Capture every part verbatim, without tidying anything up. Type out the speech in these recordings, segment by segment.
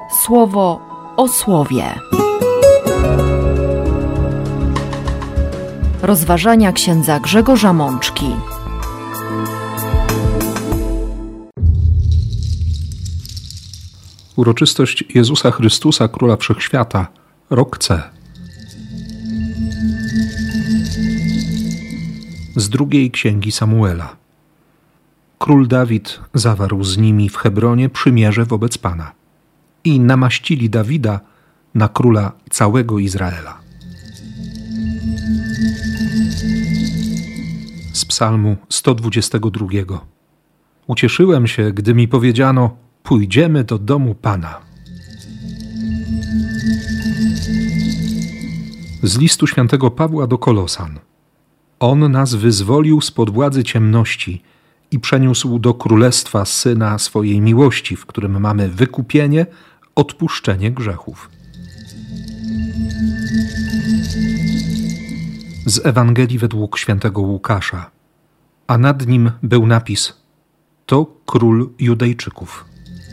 Słowo o słowie. Rozważania księdza Grzegorza Mączki. Uroczystość Jezusa Chrystusa, Króla Wszechświata, rok C. Z drugiej księgi Samuela. Król Dawid zawarł z nimi w Hebronie przymierze wobec Pana i namaścili Dawida na króla całego Izraela. Z psalmu sto dwudziestego drugiego. Ucieszyłem się, gdy mi powiedziano: pójdziemy do domu Pana. Z listu świętego Pawła do Kolosan. On nas wyzwolił spod władzy ciemności i przeniósł do królestwa Syna swojej miłości, w którym mamy wykupienie, odpuszczenie grzechów. Z Ewangelii według świętego Łukasza. A nad nim był napis: to król Judejczyków.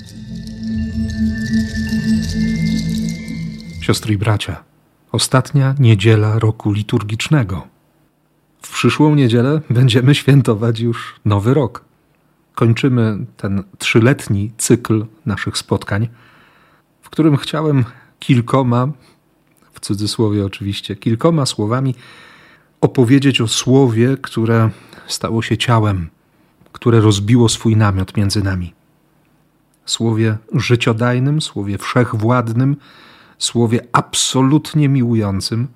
Siostry i bracia, ostatnia niedziela roku liturgicznego. W przyszłą niedzielę będziemy świętować już nowy rok. Kończymy ten trzyletni cykl naszych spotkań, w którym chciałem kilkoma, w cudzysłowie oczywiście, kilkoma słowami opowiedzieć o słowie, które stało się ciałem, które rozbiło swój namiot między nami. Słowie życiodajnym, słowie wszechwładnym, słowie absolutnie miłującym,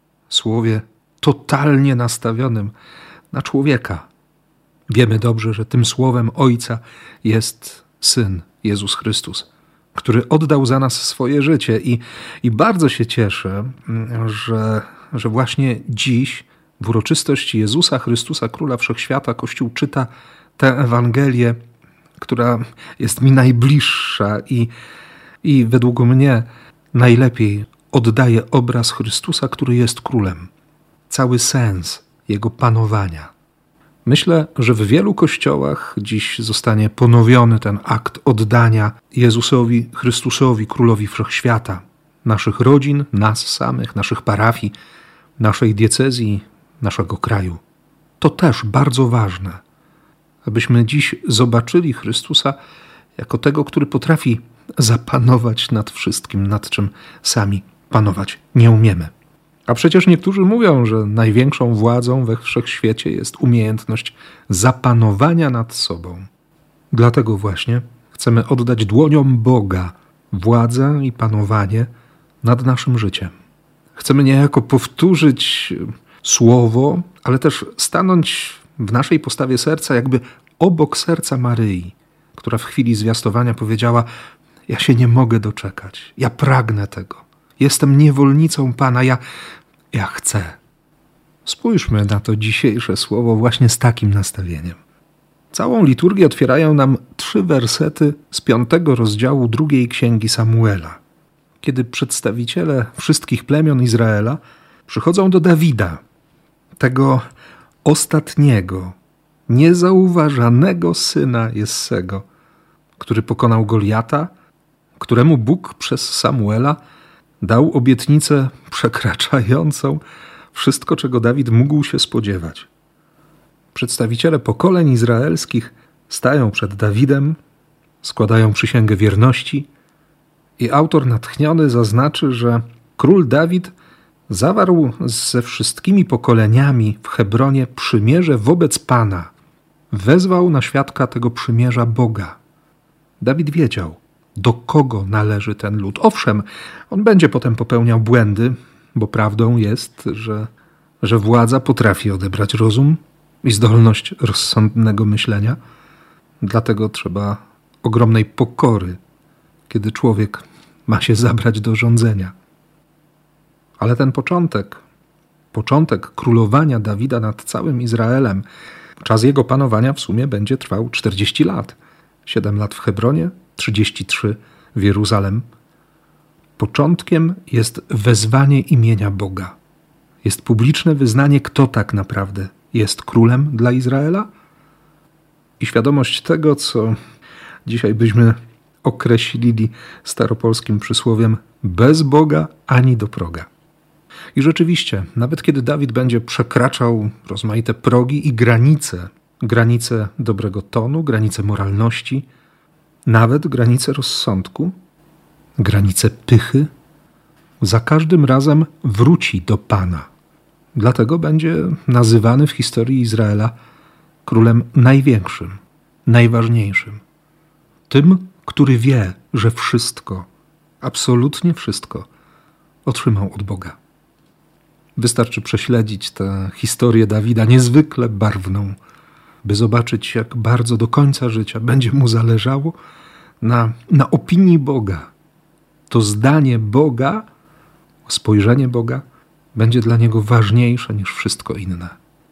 słowie totalnie nastawionym na człowieka. Wiemy dobrze, że tym słowem Ojca jest Syn, Jezus Chrystus, który oddał za nas swoje życie i, i bardzo się cieszę, że, że właśnie dziś w uroczystość Jezusa Chrystusa, Króla Wszechświata, Kościół czyta tę Ewangelię, która jest mi najbliższa i, i według mnie najlepiej oddaje obraz Chrystusa, który jest królem. Cały sens Jego panowania. Myślę, że w wielu kościołach dziś zostanie ponowiony ten akt oddania Jezusowi Chrystusowi, Królowi Wszechświata, naszych rodzin, nas samych, naszych parafii, naszej diecezji, naszego kraju. To też bardzo ważne, abyśmy dziś zobaczyli Chrystusa jako tego, który potrafi zapanować nad wszystkim, nad czym sami panować nie umiemy. A przecież niektórzy mówią, że największą władzą we wszechświecie jest umiejętność zapanowania nad sobą. Dlatego właśnie chcemy oddać dłoniom Boga władzę i panowanie nad naszym życiem. Chcemy niejako powtórzyć słowo, ale też stanąć w naszej postawie serca jakby obok serca Maryi, która w chwili zwiastowania powiedziała: ja się nie mogę doczekać, ja pragnę tego. Jestem niewolnicą Pana, ja, ja chcę. Spójrzmy na to dzisiejsze słowo właśnie z takim nastawieniem. Całą liturgię otwierają nam trzy wersety z piątego rozdziału drugiej księgi Samuela, kiedy przedstawiciele wszystkich plemion Izraela przychodzą do Dawida, tego ostatniego, niezauważanego syna Jessego, który pokonał Goliata, któremu Bóg przez Samuela dał obietnicę przekraczającą wszystko, czego Dawid mógł się spodziewać. Przedstawiciele pokoleń izraelskich stają przed Dawidem, składają przysięgę wierności i autor natchniony zaznaczy, że król Dawid zawarł ze wszystkimi pokoleniami w Hebronie przymierze wobec Pana. Wezwał na świadka tego przymierza Boga. Dawid wiedział, do kogo należy ten lud. Owszem, on będzie potem popełniał błędy, bo prawdą jest, że, że władza potrafi odebrać rozum i zdolność rozsądnego myślenia. Dlatego trzeba ogromnej pokory, kiedy człowiek ma się zabrać do rządzenia. Ale ten początek, początek królowania Dawida nad całym Izraelem, czas jego panowania w sumie będzie trwał czterdzieści lat. siedem lat w Hebronie, trzydzieści trzy w Jeruzalem. Początkiem jest wezwanie imienia Boga. Jest publiczne wyznanie, kto tak naprawdę jest królem dla Izraela i świadomość tego, co dzisiaj byśmy określili staropolskim przysłowiem bez Boga ani do proga. I rzeczywiście, nawet kiedy Dawid będzie przekraczał rozmaite progi i granice, granice dobrego tonu, granice moralności, nawet granice rozsądku, granice pychy, za każdym razem wróci do Pana. Dlatego będzie nazywany w historii Izraela królem największym, najważniejszym. Tym, który wie, że wszystko, absolutnie wszystko otrzymał od Boga. Wystarczy prześledzić tę historię Dawida, niezwykle barwną, by zobaczyć, jak bardzo do końca życia będzie mu zależało na, na opinii Boga. To zdanie Boga, spojrzenie Boga będzie dla niego ważniejsze niż wszystko inne.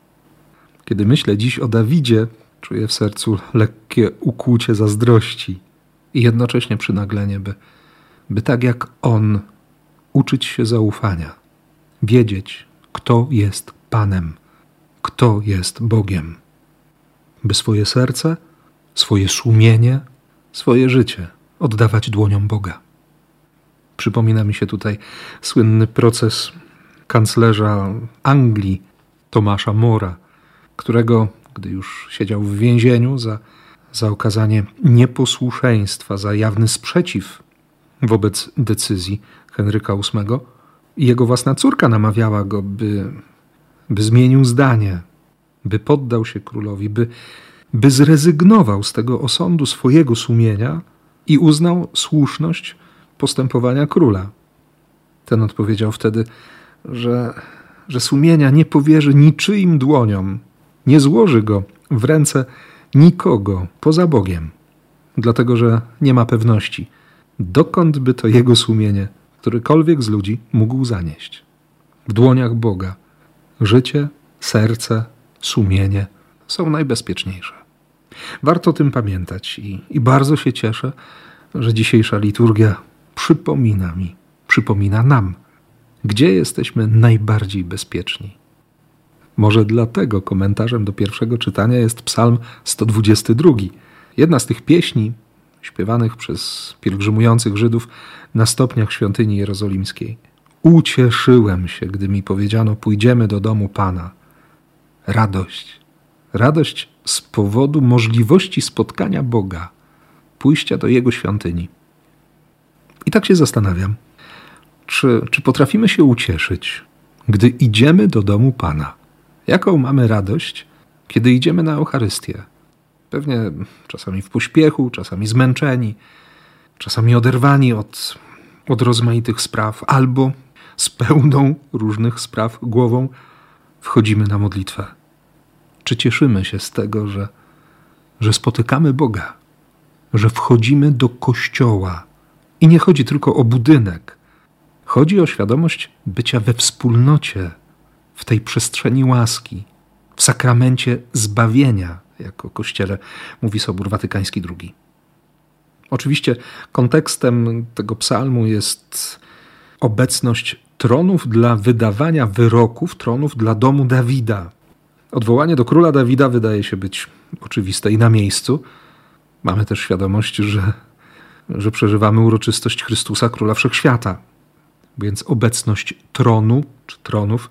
Kiedy myślę dziś o Dawidzie, czuję w sercu lekkie ukłucie zazdrości i jednocześnie przynaglenie, by, by tak jak on uczyć się zaufania, wiedzieć, kto jest Panem, kto jest Bogiem, by swoje serce, swoje sumienie, swoje życie oddawać dłoniom Boga. Przypomina mi się tutaj słynny proces kanclerza Anglii, Tomasza Mora, którego, gdy już siedział w więzieniu za, za okazanie nieposłuszeństwa, za jawny sprzeciw wobec decyzji Henryka ósmego, jego własna córka namawiała go, by, by zmienił zdanie, by poddał się królowi, by, by zrezygnował z tego osądu swojego sumienia i uznał słuszność postępowania króla. Ten odpowiedział wtedy, że, że sumienia nie powierzy niczyim dłoniom, nie złoży go w ręce nikogo poza Bogiem, dlatego że nie ma pewności, dokąd by to jego sumienie, którykolwiek z ludzi, mógł zanieść. W dłoniach Boga życie, serce, sumienie są najbezpieczniejsze. Warto o tym pamiętać i, i bardzo się cieszę, że dzisiejsza liturgia przypomina mi, przypomina nam, gdzie jesteśmy najbardziej bezpieczni. Może dlatego komentarzem do pierwszego czytania jest Psalm sto dwudziesty drugi. Jedna z tych pieśni śpiewanych przez pielgrzymujących Żydów na stopniach świątyni jerozolimskiej. Ucieszyłem się, gdy mi powiedziano, pójdziemy do domu Pana. Radość. Radość z powodu możliwości spotkania Boga, pójścia do Jego świątyni. I tak się zastanawiam, czy, czy potrafimy się ucieszyć, gdy idziemy do domu Pana? Jaką mamy radość, kiedy idziemy na Eucharystię? Pewnie czasami w pośpiechu, czasami zmęczeni, czasami oderwani od, od rozmaitych spraw, albo z pełną różnych spraw głową wchodzimy na modlitwę. Czy cieszymy się z tego, że, że spotykamy Boga, że wchodzimy do kościoła i nie chodzi tylko o budynek. Chodzi o świadomość bycia we wspólnocie, w tej przestrzeni łaski, w sakramencie zbawienia, jak o Kościele mówi Sobór Watykański drugi. Oczywiście kontekstem tego psalmu jest obecność tronów dla wydawania wyroków, tronów dla domu Dawida. Odwołanie do króla Dawida wydaje się być oczywiste i na miejscu. Mamy też świadomość, że, że przeżywamy uroczystość Chrystusa, Króla Wszechświata. Więc obecność tronu czy tronów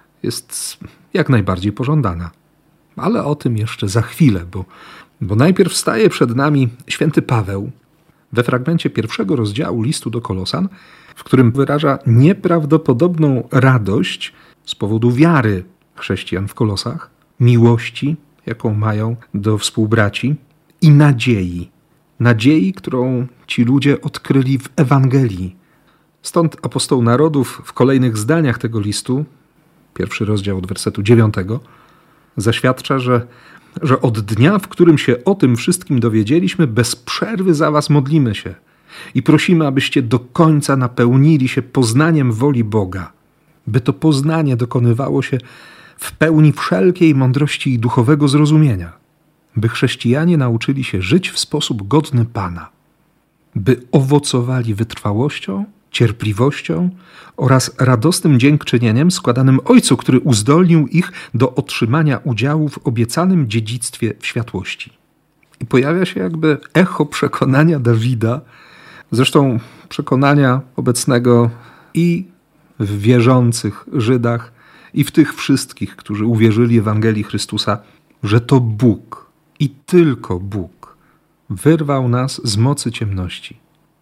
jest jak najbardziej pożądana. Ale o tym jeszcze za chwilę, bo, bo najpierw staje przed nami święty Paweł we fragmencie pierwszego rozdziału listu do Kolosan, w którym wyraża nieprawdopodobną radość z powodu wiary chrześcijan w Kolosach, miłości, jaką mają do współbraci i nadziei. Nadziei, którą ci ludzie odkryli w Ewangelii. Stąd apostoł narodów w kolejnych zdaniach tego listu, pierwszy rozdział od wersetu dziewiątego, zaświadcza, że, że od dnia, w którym się o tym wszystkim dowiedzieliśmy, bez przerwy za was modlimy się i prosimy, abyście do końca napełnili się poznaniem woli Boga, by to poznanie dokonywało się w pełni wszelkiej mądrości i duchowego zrozumienia, by chrześcijanie nauczyli się żyć w sposób godny Pana, by owocowali wytrwałością, cierpliwością oraz radosnym dziękczynieniem składanym Ojcu, który uzdolnił ich do otrzymania udziału w obiecanym dziedzictwie w światłości. I pojawia się jakby echo przekonania Dawida, zresztą przekonania obecnego i w wierzących Żydach, i w tych wszystkich, którzy uwierzyli Ewangelii Chrystusa, że to Bóg i tylko Bóg wyrwał nas z mocy ciemności.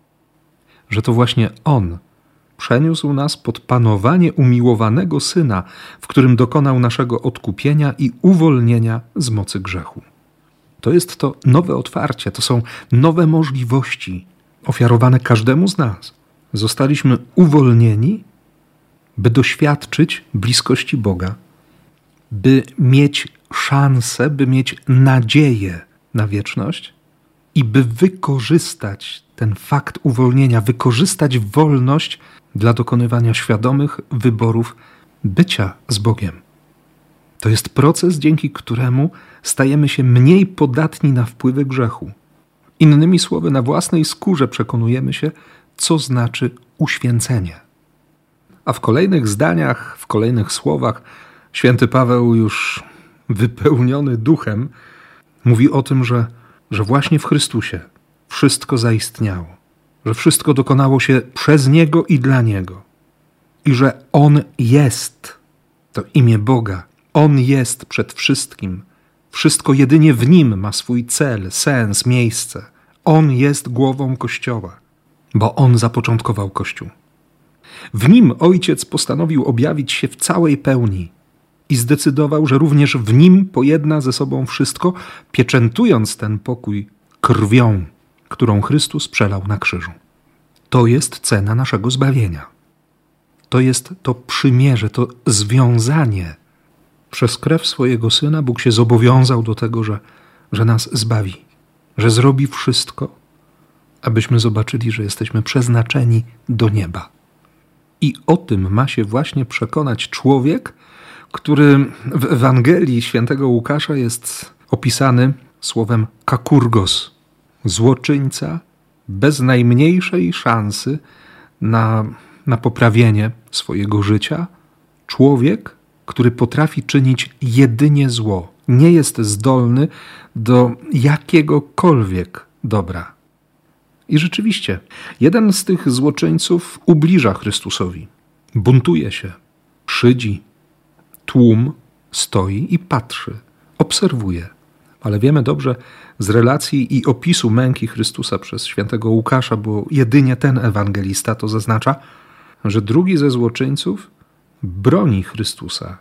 Że to właśnie On przeniósł nas pod panowanie umiłowanego Syna, w którym dokonał naszego odkupienia i uwolnienia z mocy grzechu. To jest to nowe otwarcie, to są nowe możliwości ofiarowane każdemu z nas. Zostaliśmy uwolnieni, by doświadczyć bliskości Boga, by mieć szansę, by mieć nadzieję na wieczność i by wykorzystać ten fakt uwolnienia, wykorzystać wolność dla dokonywania świadomych wyborów bycia z Bogiem. To jest proces, dzięki któremu stajemy się mniej podatni na wpływy grzechu. Innymi słowy, na własnej skórze przekonujemy się, co znaczy uświęcenie. A w kolejnych zdaniach, w kolejnych słowach święty Paweł, już wypełniony duchem, mówi o tym, że, że właśnie w Chrystusie wszystko zaistniało, że wszystko dokonało się przez Niego i dla Niego i że On jest, to imię Boga, On jest przed wszystkim. Wszystko jedynie w Nim ma swój cel, sens, miejsce. On jest głową Kościoła, bo On zapoczątkował Kościół. W Nim Ojciec postanowił objawić się w całej pełni i zdecydował, że również w Nim pojedna ze sobą wszystko, pieczętując ten pokój krwią, którą Chrystus przelał na krzyżu. To jest cena naszego zbawienia. To jest to przymierze, to związanie. Przez krew swojego Syna Bóg się zobowiązał do tego, że, że nas zbawi, że zrobi wszystko, abyśmy zobaczyli, że jesteśmy przeznaczeni do nieba. I o tym ma się właśnie przekonać człowiek, który w Ewangelii świętego Łukasza jest opisany słowem kakurgos, złoczyńca bez najmniejszej szansy na, na poprawienie swojego życia, człowiek, który potrafi czynić jedynie zło, nie jest zdolny do jakiegokolwiek dobra. I rzeczywiście, jeden z tych złoczyńców ubliża Chrystusowi, buntuje się, szydzi, tłum stoi i patrzy, obserwuje. Ale wiemy dobrze z relacji i opisu męki Chrystusa przez świętego Łukasza, bo jedynie ten ewangelista to zaznacza, że drugi ze złoczyńców broni Chrystusa,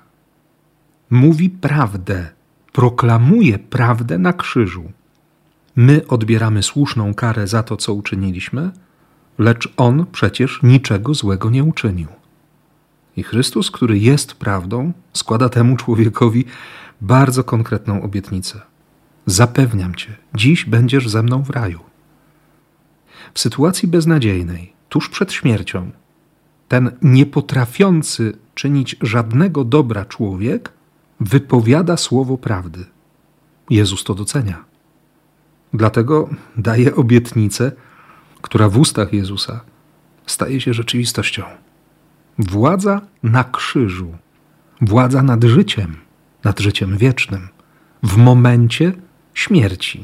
mówi prawdę, proklamuje prawdę na krzyżu. My odbieramy słuszną karę za to, co uczyniliśmy, lecz On przecież niczego złego nie uczynił. I Chrystus, który jest prawdą, składa temu człowiekowi bardzo konkretną obietnicę. Zapewniam cię, dziś będziesz ze mną w raju. W sytuacji beznadziejnej, tuż przed śmiercią, ten niepotrafiący czynić żadnego dobra człowiek wypowiada słowo prawdy. Jezus to docenia. Dlatego daje obietnicę, która w ustach Jezusa staje się rzeczywistością. Władza na krzyżu, władza nad życiem, nad życiem wiecznym, w momencie śmierci.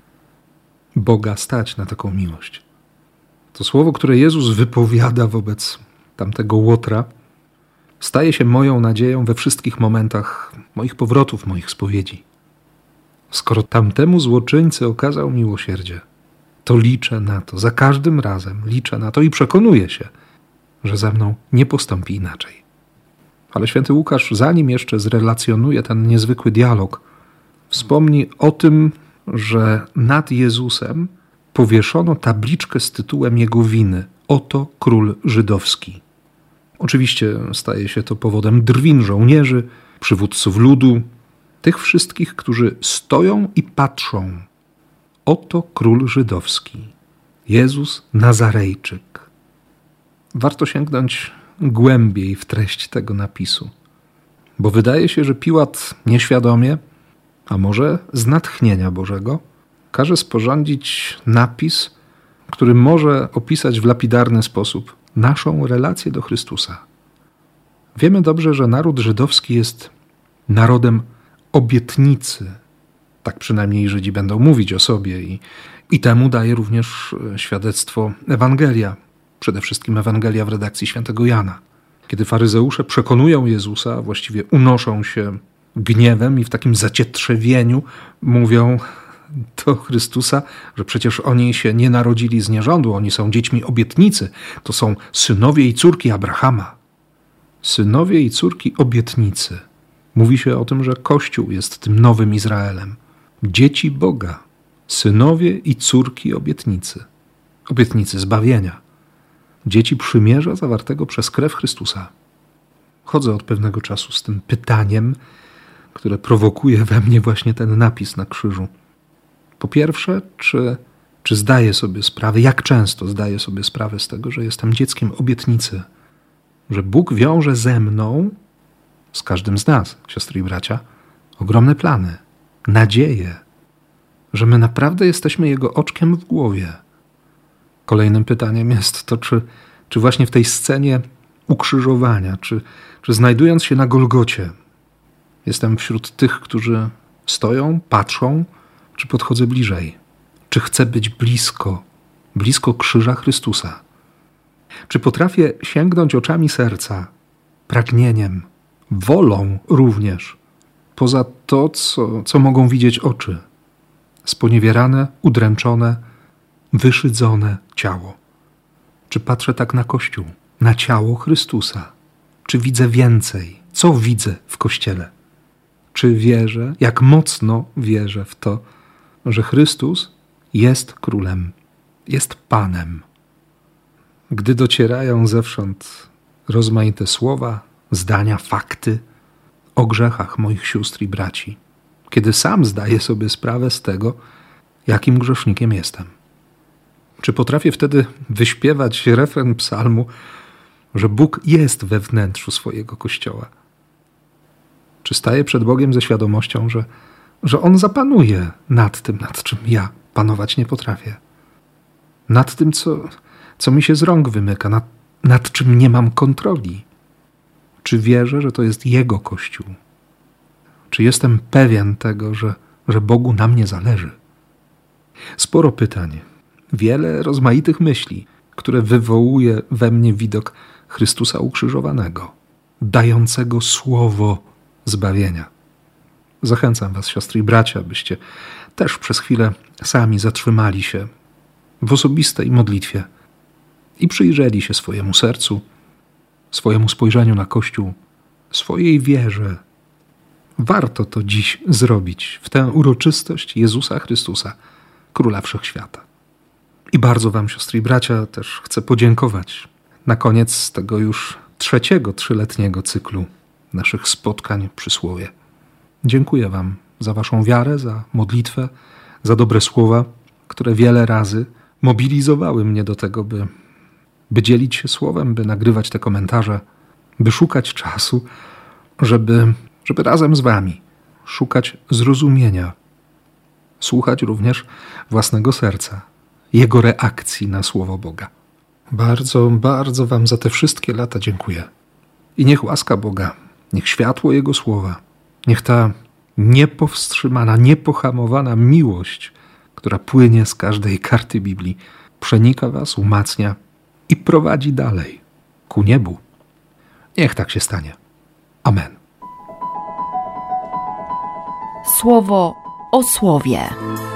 Boga stać na taką miłość. To słowo, które Jezus wypowiada wobec tamtego łotra, staje się moją nadzieją we wszystkich momentach moich powrotów, moich spowiedzi. Skoro tamtemu złoczyńcy okazał miłosierdzie, to liczę na to, za każdym razem liczę na to i przekonuję się, że ze mną nie postąpi inaczej. Ale święty Łukasz, zanim jeszcze zrelacjonuje ten niezwykły dialog, wspomni o tym, że nad Jezusem powieszono tabliczkę z tytułem Jego winy. Oto król żydowski. Oczywiście staje się to powodem drwin żołnierzy, przywódców ludu, tych wszystkich, którzy stoją i patrzą. Oto król żydowski, Jezus Nazarejczyk. Warto sięgnąć głębiej w treść tego napisu, bo wydaje się, że Piłat nieświadomie, a może z natchnienia Bożego, każe sporządzić napis, który może opisać w lapidarny sposób naszą relację do Chrystusa. Wiemy dobrze, że naród żydowski jest narodem obietnicy, Tak przynajmniej Żydzi będą mówić o sobie i, i temu daje również świadectwo Ewangelia. Przede wszystkim Ewangelia w redakcji świętego Jana. Kiedy faryzeusze przekonują Jezusa, a właściwie unoszą się gniewem i w takim zacietrzewieniu mówią do Chrystusa, że przecież oni się nie narodzili z nierządu, oni są dziećmi obietnicy, to są synowie i córki Abrahama. Synowie i córki obietnicy. Mówi się o tym, że Kościół jest tym nowym Izraelem. Dzieci Boga, synowie i córki obietnicy. Obietnicy zbawienia. Dzieci przymierza zawartego przez krew Chrystusa. Chodzę od pewnego czasu z tym pytaniem, które prowokuje we mnie właśnie ten napis na krzyżu. Po pierwsze, czy, czy zdaję sobie sprawę, jak często zdaję sobie sprawę z tego, że jestem dzieckiem obietnicy, że Bóg wiąże ze mną, z każdym z nas, siostry i bracia, ogromne plany, nadzieje, że my naprawdę jesteśmy Jego oczkiem w głowie. Kolejnym pytaniem jest to, czy, czy właśnie w tej scenie ukrzyżowania, czy, czy znajdując się na Golgocie, jestem wśród tych, którzy stoją, patrzą, czy podchodzę bliżej? Czy chcę być blisko, blisko krzyża Chrystusa? Czy potrafię sięgnąć oczami serca, pragnieniem, wolą również, poza to, co, co mogą widzieć oczy? Sponiewierane, udręczone, wyszydzone ciało. Czy patrzę tak na Kościół, na ciało Chrystusa? Czy widzę więcej? Co widzę w Kościele? Czy wierzę, jak mocno wierzę w to, że Chrystus jest Królem, jest Panem? Gdy docierają zewsząd rozmaite słowa, zdania, fakty o grzechach moich sióstr i braci, kiedy sam zdaję sobie sprawę z tego, jakim grzesznikiem jestem. Czy potrafię wtedy wyśpiewać refren psalmu, że Bóg jest we wnętrzu swojego Kościoła? Czy staję przed Bogiem ze świadomością, że, że On zapanuje nad tym, nad czym ja panować nie potrafię? Nad tym, co, co mi się z rąk wymyka, nad, nad czym nie mam kontroli? Czy wierzę, że to jest Jego Kościół? Czy jestem pewien tego, że, że Bogu na mnie zależy? Sporo pytań, wiele rozmaitych myśli, które wywołuje we mnie widok Chrystusa ukrzyżowanego, dającego słowo zbawienia. Zachęcam was, siostry i bracia, byście też przez chwilę sami zatrzymali się w osobistej modlitwie i przyjrzeli się swojemu sercu, swojemu spojrzeniu na Kościół, swojej wierze. Warto to dziś zrobić w tę uroczystość Jezusa Chrystusa, Króla Wszechświata. I bardzo wam, siostry i bracia, też chcę podziękować na koniec tego już trzeciego trzyletniego cyklu naszych spotkań przy Słowie. Dziękuję wam za waszą wiarę, za modlitwę, za dobre słowa, które wiele razy mobilizowały mnie do tego, by, by dzielić się Słowem, by nagrywać te komentarze, by szukać czasu, żeby, żeby razem z wami szukać zrozumienia, słuchać również własnego serca, jego reakcji na Słowo Boga. Bardzo, bardzo wam za te wszystkie lata dziękuję. I niech łaska Boga, niech światło Jego Słowa, niech ta niepowstrzymana, niepohamowana miłość, która płynie z każdej karty Biblii, przenika was, umacnia i prowadzi dalej, ku niebu. Niech tak się stanie. Amen. Słowo o słowie.